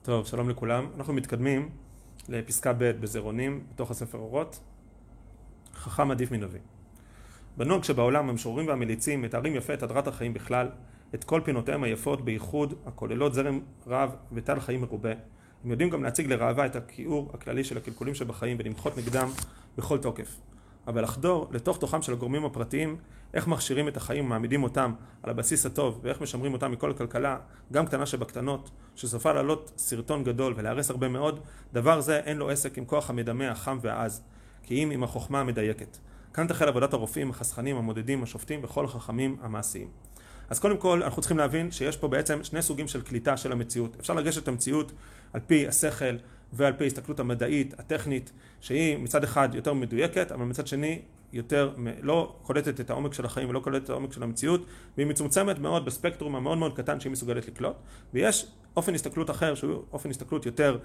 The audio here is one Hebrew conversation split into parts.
טוב, שלום לכולם. אנחנו מתקדמים לפסקה ב' בזרעונים בתוך הספר אורות. חכם עדיף מנביא. בנוהג שבעולם המשוררים והמליצים מתארים יפה את הדרת החיים בכלל, את כל פינותיהם היפות בייחוד, הכוללות זרם רב וטל חיים מרובה. הם יודעים גם להציג לראווה את הכיעור הכללי של הקלקולים שבחיים ולמחות נגדם בכל תוקף. אבל לחדור לתוך תוכם של הגורמים הפרטיים, איך מכשירים את החיים ומעמידים אותם על הבסיס הטוב, ואיך משמרים אותם מכל הכלכלה, גם קטנה שבקטנות, שסופה לעלות סרטון גדול ולהרס הרבה מאוד, דבר זה אין לו עסק עם כוח המדמה, החם והעז, כי אם עם החוכמה המדייקת. כאן תחל עבודת הרופאים, החסכנים, המודדים, השופטים וכל החכמים המעשיים. אז קודם כל אנחנו צריכים להבין שיש פה בעצם שני סוגים של קליטה של המציאות. אפשר לגשת את המציאות על פי השכל ועל פי הסתכלות המדעית, הטכנית, שהיא מצד אחד יותר מדויקת, אבל מצד שני יותר לא קולטת את העומק של החיים ולא קולטת את העומק של המציאות, והיא מצומצמת מאוד בספקטרום המאוד מאוד קטן שהיא מסוגלת לקלוט. ויש אופן הסתכלות אחר, שהוא אופן הסתכלות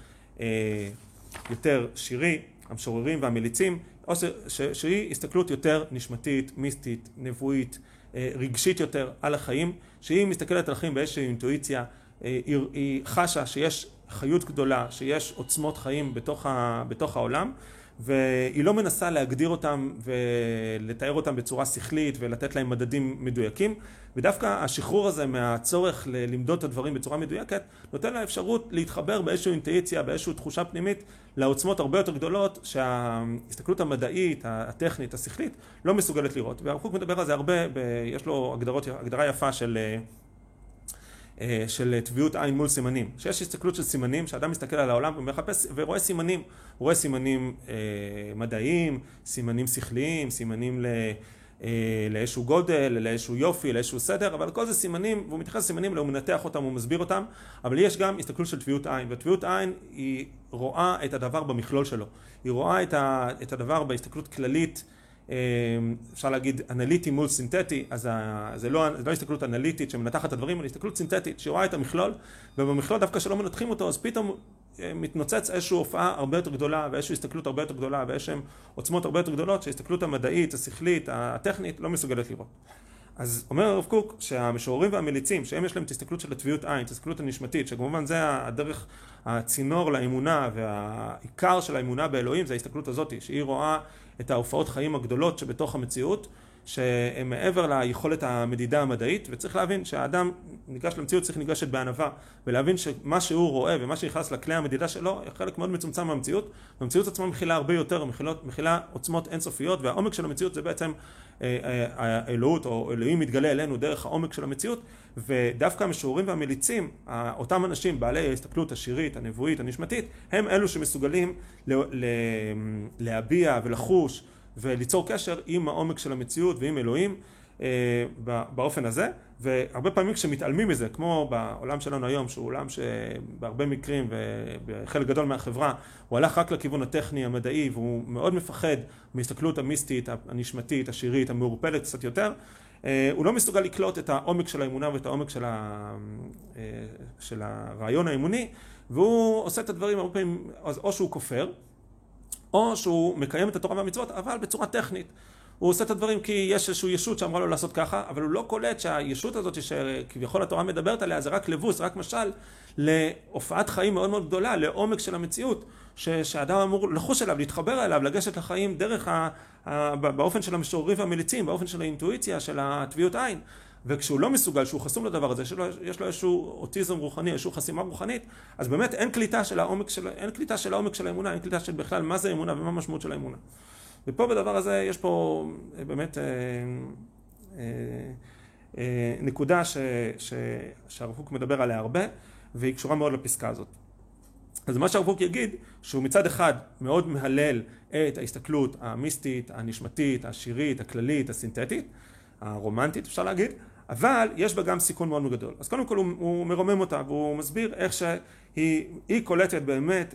יותר שירי, המשוררים והמליצים, שהיא הסתכלות יותר נשמתית, מיסטית, נבואית, רגשית יותר על החיים, שהיא מסתכלת על החיים באיזושהי אינטואיציה, היא חשה שיש חיות גדולה, שיש עוצמות חיים בתוך העולם, והיא לא מנסה להגדיר אותם ולתאר אותם בצורה שכלית ולתת להם מדדים מדויקים, ודווקא השחרור הזה מהצורך למדוד את הדברים בצורה מדויקת, נותן לה אפשרות להתחבר באיזושהי אינטואיציה, באיזושהי תחושה פנימית, לעוצמות הרבה יותר גדולות שההסתכלות המדעית, הטכנית, השכלית, לא מסוגלת לראות. והרב קוק מדבר על זה הרבה, יש לו הגדרה יפה של טביעות עין מול סימנים, שיש הסתכלות של סימנים, שאדם מסתכל על העולם ומחפש ורואה סימנים, הוא רואה סימנים מדעיים, סימנים שכליים, סימנים לאיזשהו גודל, לאיזשהו יופי, לאיזשהו סדר, אבל כל זה סימנים, והוא מתייחס לסימנים, הוא מנתח אותם, הוא מסביר אותם, אבל יש גם הסתכלות של טביעות עין, וטביעות עין היא רואה את הדבר במכלול שלו, היא רואה את הדבר בהסתכלות כללית, אפשר להגיד אנליטי מול סינתטי, אז זה לא הסתכלות אנליטית שמנתחת את הדברים, אלא הסתכלות סינתטית שרואה את המכלול, ובמכלול דווקא שלא מנתחים אותו, אז פתאום מתנוצץ איזושהי הופעה הרבה יותר גדולה, ואיזושהי הסתכלות הרבה יותר גדולה, ואיזשהם עוצמות הרבה יותר גדולות, שההסתכלות המדעית, השכלית, הטכנית, לא מסוגלת לראות. אז אומר הרב קוק שהמשוררים והמליצים, שהם יש להם את הסתכלות של הטביעות עין, את הסתכלות הנשמתית, שכמובן זה הדרך, הצינור לאמונה, והעיקר של האמונה באלוהים, זה ההסתכלות הזאת, שהיא רואה את ההופעות חיים הגדולות שבתוך המציאות, שהן מעבר ליכולת המדידה המדעית, וצריך להבין שהאדם ניגש למציאות, צריך ניגשת בענווה, ולהבין שמה שהוא רואה ומה שנכנס לכלי המדידה שלו, חלק מאוד מצומצם מהמציאות, והמציאות עצמה מכילה הרבה יותר, מכילה עוצמות אינסופיות, והעומק של המציאות זה בעצם האלוהות, או אלוהים מתגלה אלינו דרך העומק של המציאות, ודווקא המשוררים והמליצים, אותם אנשים בעלי ההסתכלות השירית, הנבואית, הנשמתית, הם אלו שמסוגלים להביע ולחוש וליצור קשר עם העומק של המציאות ועם אלוהים באופן הזה, והרבה פעמים כשמתעלמים מזה, כמו בעולם שלנו היום, שהוא עולם שבהרבה מקרים ובחלק גדול מהחברה, הוא הלך רק לכיוון הטכני, המדעי, והוא מאוד מפחד מהסתכלות המיסטית, הנשמתית, השירית, המעורפלת קצת יותר, הוא לא מסוגל לקלוט את העומק של האמונה ואת העומק של הרעיון האמוני, והוא עושה את הדברים הרבה פעמים, או שהוא כופר, או שהוא מקיים את התורה והמצוות, אבל בצורה טכנית. הוא עושה את הדברים כי יש איזשהו ישות שאמרה לו לעשות ככה, אבל הוא לא קולט שהישות הזאת שכביכול התורה מדברת עליה, זה רק לבוס, רק משל, להופעת חיים מאוד מאוד גדולה, לעומק של המציאות, שהאדם אמור לחוש אליו, להתחבר אליו, לגשת לחיים דרך באופן של המשוררים והמליצים, באופן של האינטואיציה, של הטביעות עין. וכשהוא לא מסוגל, שהוא חסום לדבר הזה, יש לו איזשהו אוטיזם רוחני, איזשהו חסימה רוחנית, אז באמת אין קליטה של העומק של האמונה, אין קליטה של בכלל מה זה אמונה ומה המשמעות של האמונה. ופה בדבר הזה יש פה באמת נקודה שהרב קוק מדבר עליה הרבה, והיא קשורה מאוד לפסקה הזאת. אז מה שהרב קוק יגיד, שהוא מצד אחד מאוד מהלל את ההסתכלות המיסטית, הנשמתית, השירית, הכללית, הסינתטית, הרומנטית אפשר להגיד, אבל יש בה גם סיכון מאוד גדול. אז קודם כל הוא מרומם אותה, והוא מסביר איך שהיא קולטת באמת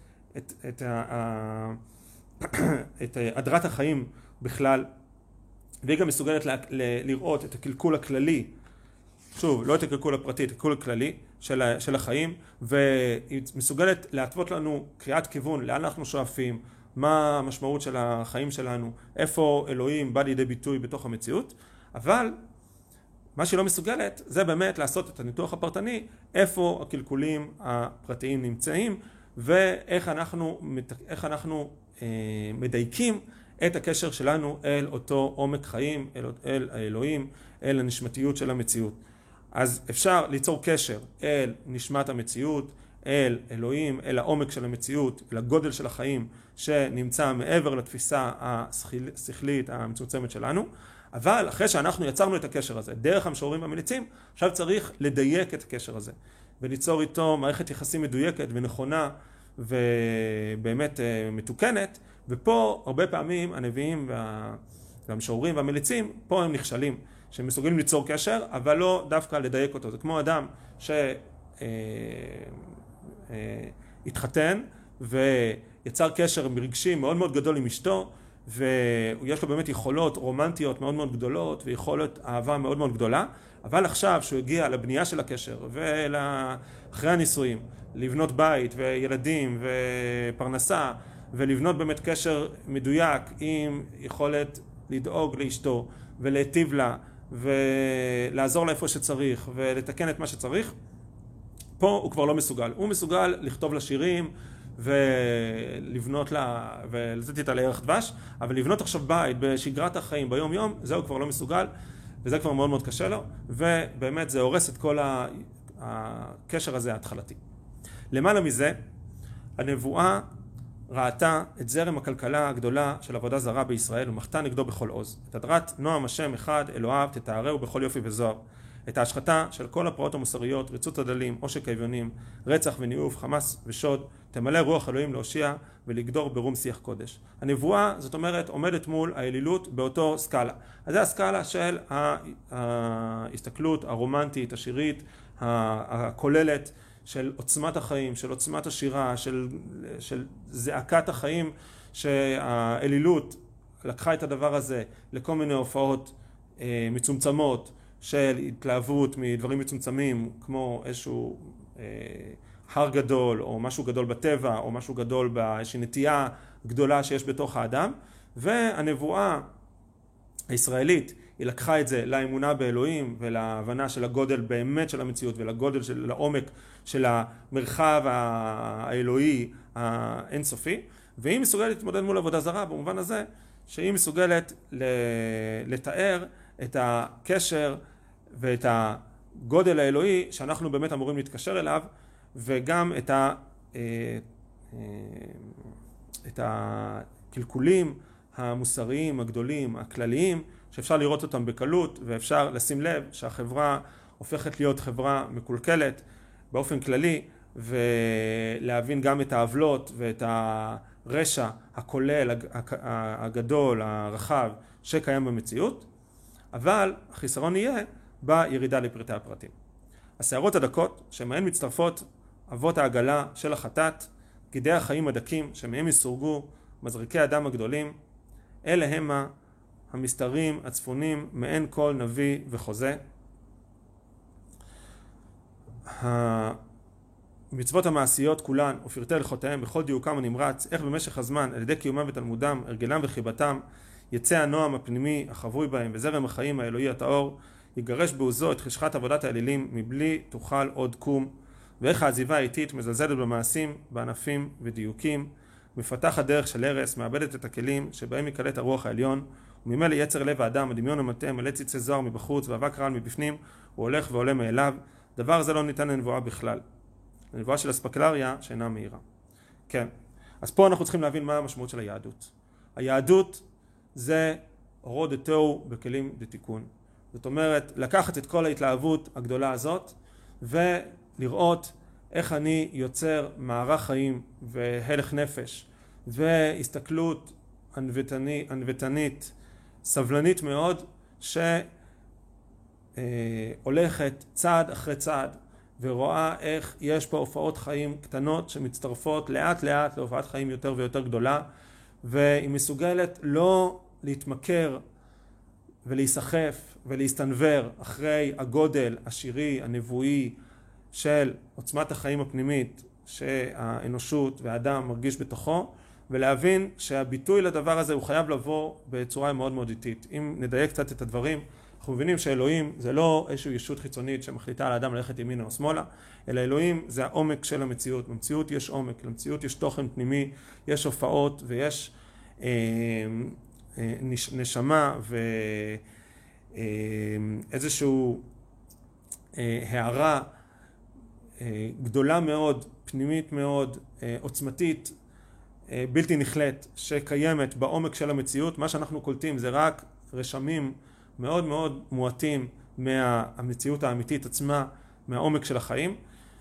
את הדרת החיים בכלל, והיא גם מסוגלת לראות את הקלקול הכללי, שוב, לא את הקלקול הפרטי, את הקלקול הכללי של החיים, והיא מסוגלת להתוות לנו קריאת כיוון, לאן אנחנו שואפים, מה המשמעות של החיים שלנו, איפה אלוהים בא לידי ביטוי בתוך המציאות, אבל מה שהיא לא מסוגלת זה באמת לעשות את הניתוח הפרטני, איפה הקלקולים הפרטיים נמצאים, ואיך אנחנו מדייקים את הקשר שלנו אל אותו עומק חיים, אל האלוהים, אל הנשמתיות של המציאות. אז אפשר ליצור קשר אל נשמת המציאות, אל אלוהים, אל העומק של המציאות, אל הגודל של החיים שנמצא מעבר לתפיסה השכלית המצומצמת שלנו, אבל אחרי שאנחנו יצרנו את הקשר הזה דרך המשוררים והמליצים, עכשיו צריך לדייק את הקשר הזה וליצור איתו מערכת יחסים מדויקת ונכונה ובאמת מתוקנת, ופה הרבה פעמים הנביאים והמשוררים והמליצים, פה הם נכשלים, שהם מסוגלים ליצור קשר, אבל לא דווקא לדייק אותו. זה כמו אדם שהתחתן ויצר קשר רגשי מאוד מאוד גדול עם אשתו, ויש לו באמת יכולות רומנטיות מאוד מאוד גדולות ויכולת אהבה מאוד מאוד גדולה, אבל עכשיו שהוא הגיע לבנייה של הקשר ואחרי הנישואים, לבנות בית וילדים ופרנסה, ולבנות באמת קשר מדויק עם יכולת לדאוג לאשתו ולהיטיב לה ולעזור לה איפה שצריך ולתקן את מה שצריך, פה הוא כבר לא מסוגל. הוא מסוגל לכתוב לה שירים ולבנות לה ולתת איתה לירח דבש, אבל לבנות עכשיו בית בשגרת החיים ביום יום, זה הוא כבר לא מסוגל, וזה כבר מאוד מאוד קשה לו, ובאמת זה הורס את כל הקשר הזה ההתחלתי. למעלה מזה, הנבואה ראתה את זרם הכלכלה הגדולה של עבודה זרה בישראל ומחתה נגדו בכל עוז. את הדרת נועם השם אחד אלוהיו תתארהו בכל יופי וזוהר. את ההשחתה של כל הפרעות המוסריות, ריצות הדלים, עושק האביונים, רצח וניאוף, חמאס ושוד, תמלא רוח אלוהים להושיע ולגדור ברום שיח קודש. הנבואה, זאת אומרת, עומדת מול האלילות באותו סקאלה. אז זה הסקאלה של ההסתכלות הרומנטית, השירית, הכוללת, של עוצמת החיים, של עוצמת השירה, של זעקת החיים, שהאלילות לקחה את הדבר הזה לכל מיני הופעות מצומצמות של התלהבות מדברים מצומצמים, כמו איזשהו הר גדול, או משהו גדול בטבע, או משהו גדול באיזושהי נטייה גדולה שיש בתוך האדם, והנבואה הישראלית היא לקחה את זה לאמונה באלוהים ולהבנה של הגודל באמת של המציאות ולגודל של העומק של המרחב האלוהי האינסופי, והיא מסוגלת להתמודד מול עבודה זרה במובן הזה שהיא מסוגלת לתאר את הקשר ואת הגודל האלוהי שאנחנו באמת אמורים להתקשר אליו, וגם את הקלקולים המוסריים הגדולים הכלליים שאפשר לראות אותם בקלות, ואפשר לשים לב שהחברה הופכת להיות חברה מקולקלת באופן כללי, ולהבין גם את העוולות ואת הרשע הכולל הגדול הרחב שקיים במציאות, אבל החיסרון יהיה בירידה לפרטי הפרטים. השערות הדקות שמהן מצטרפות אבות העגלה של החטאת, גידי החיים הדקים שמהם יסורגו מזריקי הדם הגדולים, אלה המה המסתרים הצפונים מעין כל נביא וחוזה. המצוות המעשיות כולן ופרטי הלכותיהם בכל דיוקם הנמרץ, איך במשך הזמן על ידי קיומם ותלמודם, הרגלם וחיבתם, יצא הנועם הפנימי החבוי בהם וזרם החיים האלוהי הטהור, יגרש בעוזו את חשכת עבודת האלילים מבלי תוכל עוד קום, ואיך העזיבה האיטית מזלזלת במעשים, בענפים ודיוקים, מפתחת דרך של הרס, מאבדת את הכלים שבהם יקלט הרוח העליון, וממילא יצר לב האדם, הדמיון המטה, מלא ציצי זוהר מבחוץ ואבק רעל מבפנים, הוא הולך ועולה מאליו. דבר זה לא ניתן לנבואה בכלל. לנבואה של אספקלריה שאינה מהירה. כן, אז פה אנחנו צריכים להבין מה המשמעות של היהדות. היהדות זה אורו דתהו בכלים דתיקון. זאת אומרת, לקחת את כל ההתלהבות הגדולה הזאת ולראות איך אני יוצר מערך חיים והלך נפש והסתכלות ענוותנית, סבלנית מאוד, שהולכת צעד אחרי צעד ורואה איך יש פה הופעות חיים קטנות שמצטרפות לאט לאט להופעת חיים יותר ויותר גדולה, והיא מסוגלת לא להתמכר ולהיסחף ולהסתנבר אחרי הגודל השירי הנבואי של עוצמת החיים הפנימית שהאנושות והאדם מרגיש בתוכו, ולהבין שהביטוי לדבר הזה הוא חייב לבוא בצורה מאוד מאוד איטית. אם נדייק קצת את הדברים, אנחנו אנחנו מבינים שאלוהים זה לא איזושהי ישות חיצונית שמחליטה על האדם ללכת ימינה או שמאלה, אלא אלוהים זה העומק של המציאות. במציאות יש עומק, למציאות יש תוכן פנימי, יש הופעות ויש נשמה ואיזשהו הערה גדולה מאוד, פנימית מאוד, עוצמתית, בלתי נחלט, שקיימת בעומק של המציאות. מה שאנחנו קולטים זה רק רשמים מאוד מאוד מועטים מהמציאות האמיתית עצמה, מהעומק של החיים,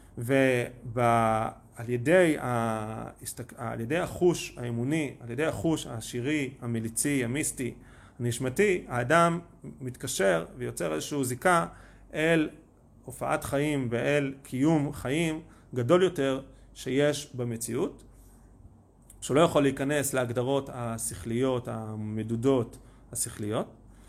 ועל ידי החוש האמוני, על ידי החוש השירי, המליצי, המיסטי, הנשמתי, האדם מתקשר ויוצר איזושהי זיקה אל הופעת חיים ואל קיום חיים גדול יותר שיש במציאות, שהוא לא יכול להיכנס להגדרות השכליות, המדודות השכליות.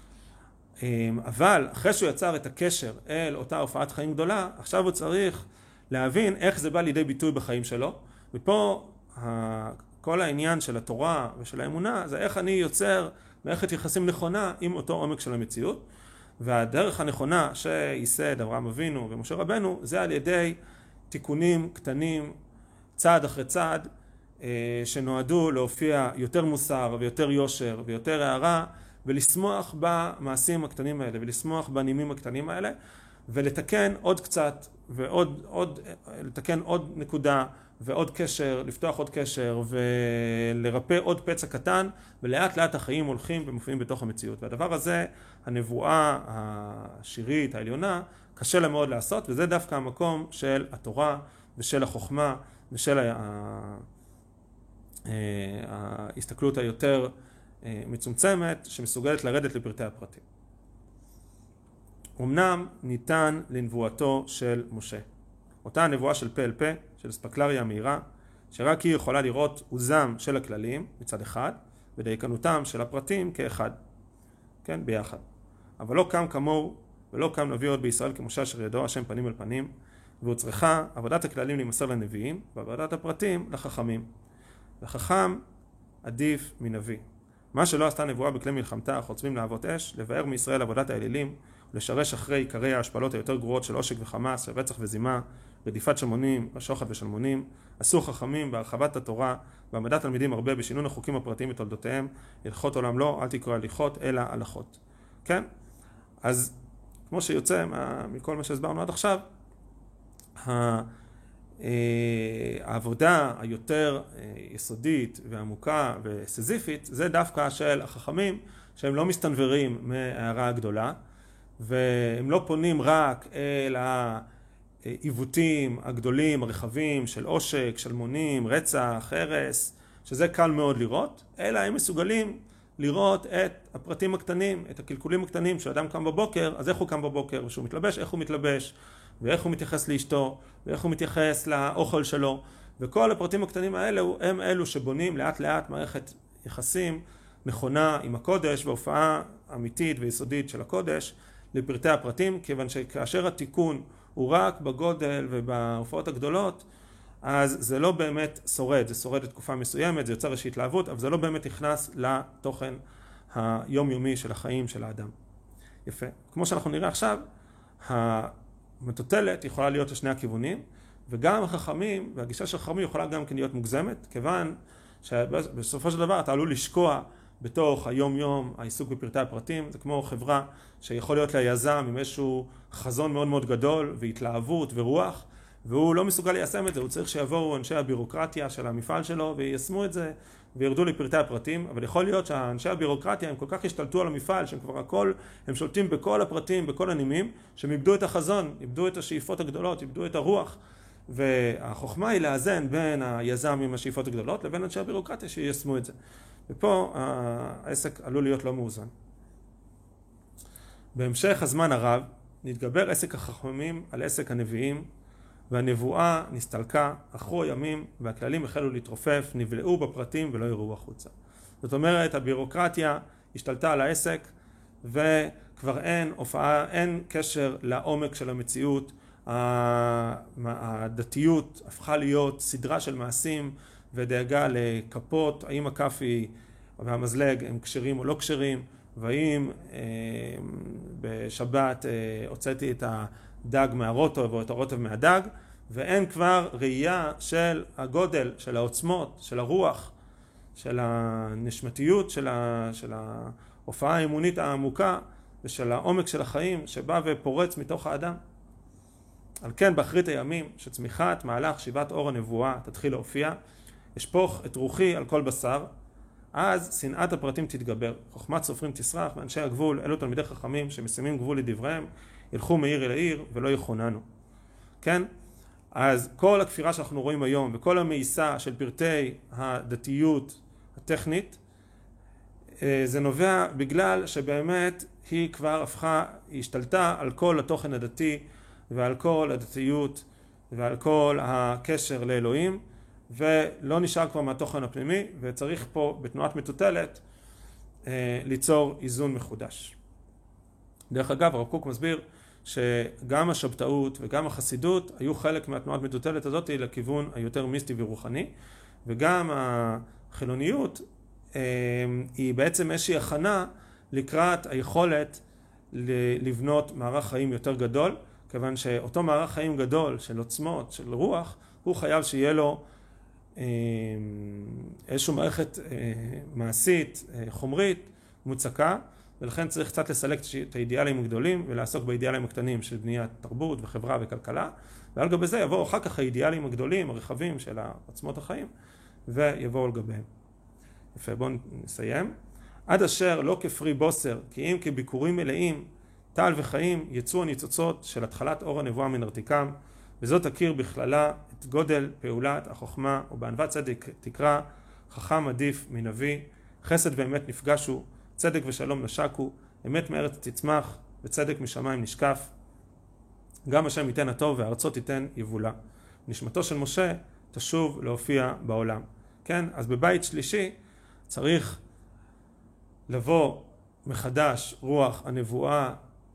אבל אחרי שהוא יצר את הקשר אל אותה הופעת חיים גדולה, עכשיו הוא צריך להבין איך זה בא לידי ביטוי בחיים שלו. ופה כל העניין של התורה ושל האמונה זה איך אני יוצר מערכת יחסים נכונה עם אותו עומק של המציאות. והדרך הנכונה שייסד אברהם אבינו ומשה רבנו זה על ידי תיקונים קטנים, צעד אחרי צעד, שנועדו להופיע יותר מוסר ויותר יושר ויותר הערה, ולשמוח במעשים הקטנים האלה ולשמוח בנימים הקטנים האלה, ולתקן עוד קצת לתקן עוד נקודה ועוד קשר, לפתוח עוד קשר ולרפא עוד פצע קטן, ולאט לאט החיים הולכים ומופיעים בתוך המציאות. והדבר הזה, הנבואה השירית העליונה, קשה לה מאוד לעשות, וזה דווקא המקום של התורה ושל החוכמה ושל ההסתכלות היותר מצומצמת, שמסוגלת לרדת לפרטי הפרטים. אמנם ניתן לנבואתו של משה, אותה הנבואה של פה אל פה, של אספקלריה המהירה, שרק היא יכולה לראות עוזם של הכללים מצד אחד, ודייקנותם של הפרטים כאחד, כן, ביחד. אבל לא קם כמוהו, ולא קם נביא עוד בישראל כמשה אשר ידו השם פנים אל פנים, והוא צריכה עבודת הכללים להימסר לנביאים, ועבודת הפרטים לחכמים. וחכם עדיף מנביא. מה שלא עשתה נבואה בכלי מלחמתה, חוצבים להבות אש, לבאר מישראל עבודת האלילים, ולשרש אחרי עיקרי ההשפלות היותר גרועות של עושק וחמאס, של רצח וזימה, רדיפת שמונים, בשוחד ושלמונים. עשו חכמים בהרחבת התורה, בהעמדת תלמידים הרבה בשינון החוקים הפרטיים ותולדותיהם, הלכות עולם לא, אל תקרא הליכות, אלא הלכות. כן? אז כמו שיוצא מכל מה שהסברנו עד עכשיו, העבודה היותר יסודית ועמוקה וסזיפית זה דווקא של החכמים, שהם לא מסתנוורים מההערה הגדולה, והם לא פונים רק אל העיוותים הגדולים, הרחבים של עושק, שלמונים, רצח, הרס, שזה קל מאוד לראות, אלא הם מסוגלים לראות את הפרטים הקטנים, את הקלקולים הקטנים. כשאדם קם בבוקר, אז איך הוא קם בבוקר? כשהוא מתלבש, איך הוא מתלבש? ואיך הוא מתייחס לאשתו, ואיך הוא מתייחס לאוכל שלו. וכל הפרטים הקטנים האלו הם אלו שבונים לאט לאט מערכת יחסים נכונה עם הקודש, והופעה אמיתית ויסודית של הקודש לפרטי הפרטים, כיוון שכאשר התיקון הוא רק בגודל ובהופעות הגדולות, אז זה לא באמת שורד, זה שורד לתקופה מסוימת, זה יוצר איזושהי התלהבות, אבל זה לא באמת נכנס לתוכן היומיומי של החיים של האדם. יפה. כמו שאנחנו נראה עכשיו, המטוטלת יכולה להיות לשני הכיוונים, וגם החכמים, והגישה של החכמים יכולה גם כן להיות מוגזמת, כיוון שבסופו של דבר אתה עלול לשקוע בתוך היום-יום, העיסוק בפרטי הפרטים. זה כמו חברה שיכול להיות ליזם עם איזשהו חזון מאוד מאוד גדול והתלהבות ורוח, והוא לא מסוגל ליישם את זה. הוא צריך שיבואו אנשי הבירוקרטיה של המפעל שלו ויישמו את זה וירדו לפרטי הפרטים. אבל יכול להיות שאנשי הבירוקרטיה הם כל כך השתלטו על המפעל שהם כבר הכל, הם שולטים בכל הפרטים, בכל הנימים, שהם איבדו את החזון, איבדו את השאיפות הגדולות, איבדו את הרוח. והחוכמה היא לאזן בין היזם עם השאיפות הגדולות לבין אנשי הבירוקרטיה שיישמו את זה. ופה העסק עלול להיות לא מאוזן. בהמשך הזמן הרב נתגבר עסק החכמים על עסק הנביאים, והנבואה נסתלקה, אחרו הימים והכללים החלו להתרופף, נבלעו בפרטים ולא יראו החוצה. זאת אומרת, הבירוקרטיה השתלטה על העסק, וכבר אין קשר לעומק של המציאות. הדתיות הפכה להיות סדרה של מעשים ודאגה לכפות, האם הכף והמזלג הם כשרים או לא כשרים, והאם בשבת הוצאתי את הדג מהרוטב או את הרוטב מהדג, ואין כבר ראייה של הגודל, של העוצמות, של הרוח, של הנשמתיות, של ההופעה האמונית העמוקה ושל העומק של החיים שבא ופורץ מתוך האדם. על כן באחרית הימים שצמיחת מהלך שיבת אור הנבואה תתחיל להופיע, אשפוך את רוחי על כל בשר, אז שנאת הפרטים תתגבר, חוכמת סופרים תסרח, ואנשי הגבול, אלו תלמידי חכמים שמשימים גבול לדבריהם, ילכו מעיר אל העיר ולא יכוננו. כן? אז כל הכפירה שאנחנו רואים היום וכל המאיסה של פרטי הדתיות הטכנית, זה נובע בגלל שבאמת היא כבר הפכה, היא השתלטה על כל התוכן הדתי ועל כל הדתיות ועל כל הקשר לאלוהים, ולא נשאר כבר מהתוכן הפנימי, וצריך פה בתנועת מטוטלת ליצור איזון מחודש. דרך אגב, הרב קוק מסביר שגם השבתאות וגם החסידות היו חלק מהתנועת מטוטלת הזאת לכיוון היותר מיסטי ורוחני, וגם החילוניות היא בעצם איזושהי הכנה לקראת היכולת לבנות מערך חיים יותר גדול, כיוון שאותו מערך חיים גדול של עוצמות, של רוח, הוא חייב שיהיה לו איזושהי מערכת מעשית, חומרית, מוצקה, ולכן צריך קצת לסלק את האידיאלים הגדולים ולעסוק באידיאלים הקטנים של בניית תרבות וחברה וכלכלה, ועל גבי זה יבואו אחר כך האידיאלים הגדולים, הרחבים של עוצמות החיים, ויבואו על גביהם. יפה, בואו נסיים. עד אשר לא כפרי בוסר, כי אם כביקורים מלאים, טל וחיים יצאו הניצוצות של התחלת אור הנבואה מנרתיקם, וזאת תכיר בכללה את גודל פעולת החוכמה, ובענוות צדק תקרא חכם עדיף מנביא, חסד ואמת נפגשו, צדק ושלום נשקו, אמת מארץ תצמח, וצדק משמיים נשקף. גם השם ייתן הטוב והארצות תיתן יבולה. נשמתו של משה תשוב להופיע בעולם. כן? אז בבית שלישי צריך לבוא מחדש רוח הנבואה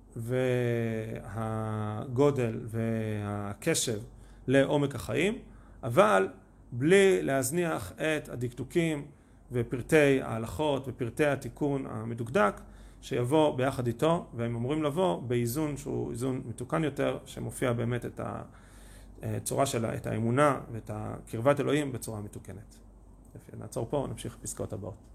והגודל והקשב לעומק החיים, אבל בלי להזניח את הדקדוקים ופרטי ההלכות ופרטי התיקון המדוקדק שיבוא ביחד איתו, והם אמורים לבוא באיזון שהוא איזון מתוקן יותר, שמופיע באמת את הצורה שלה, את האמונה ואת קרבת אלוהים בצורה מתוקנת. נעצור פה, נמשיך בפסקאות הבאות.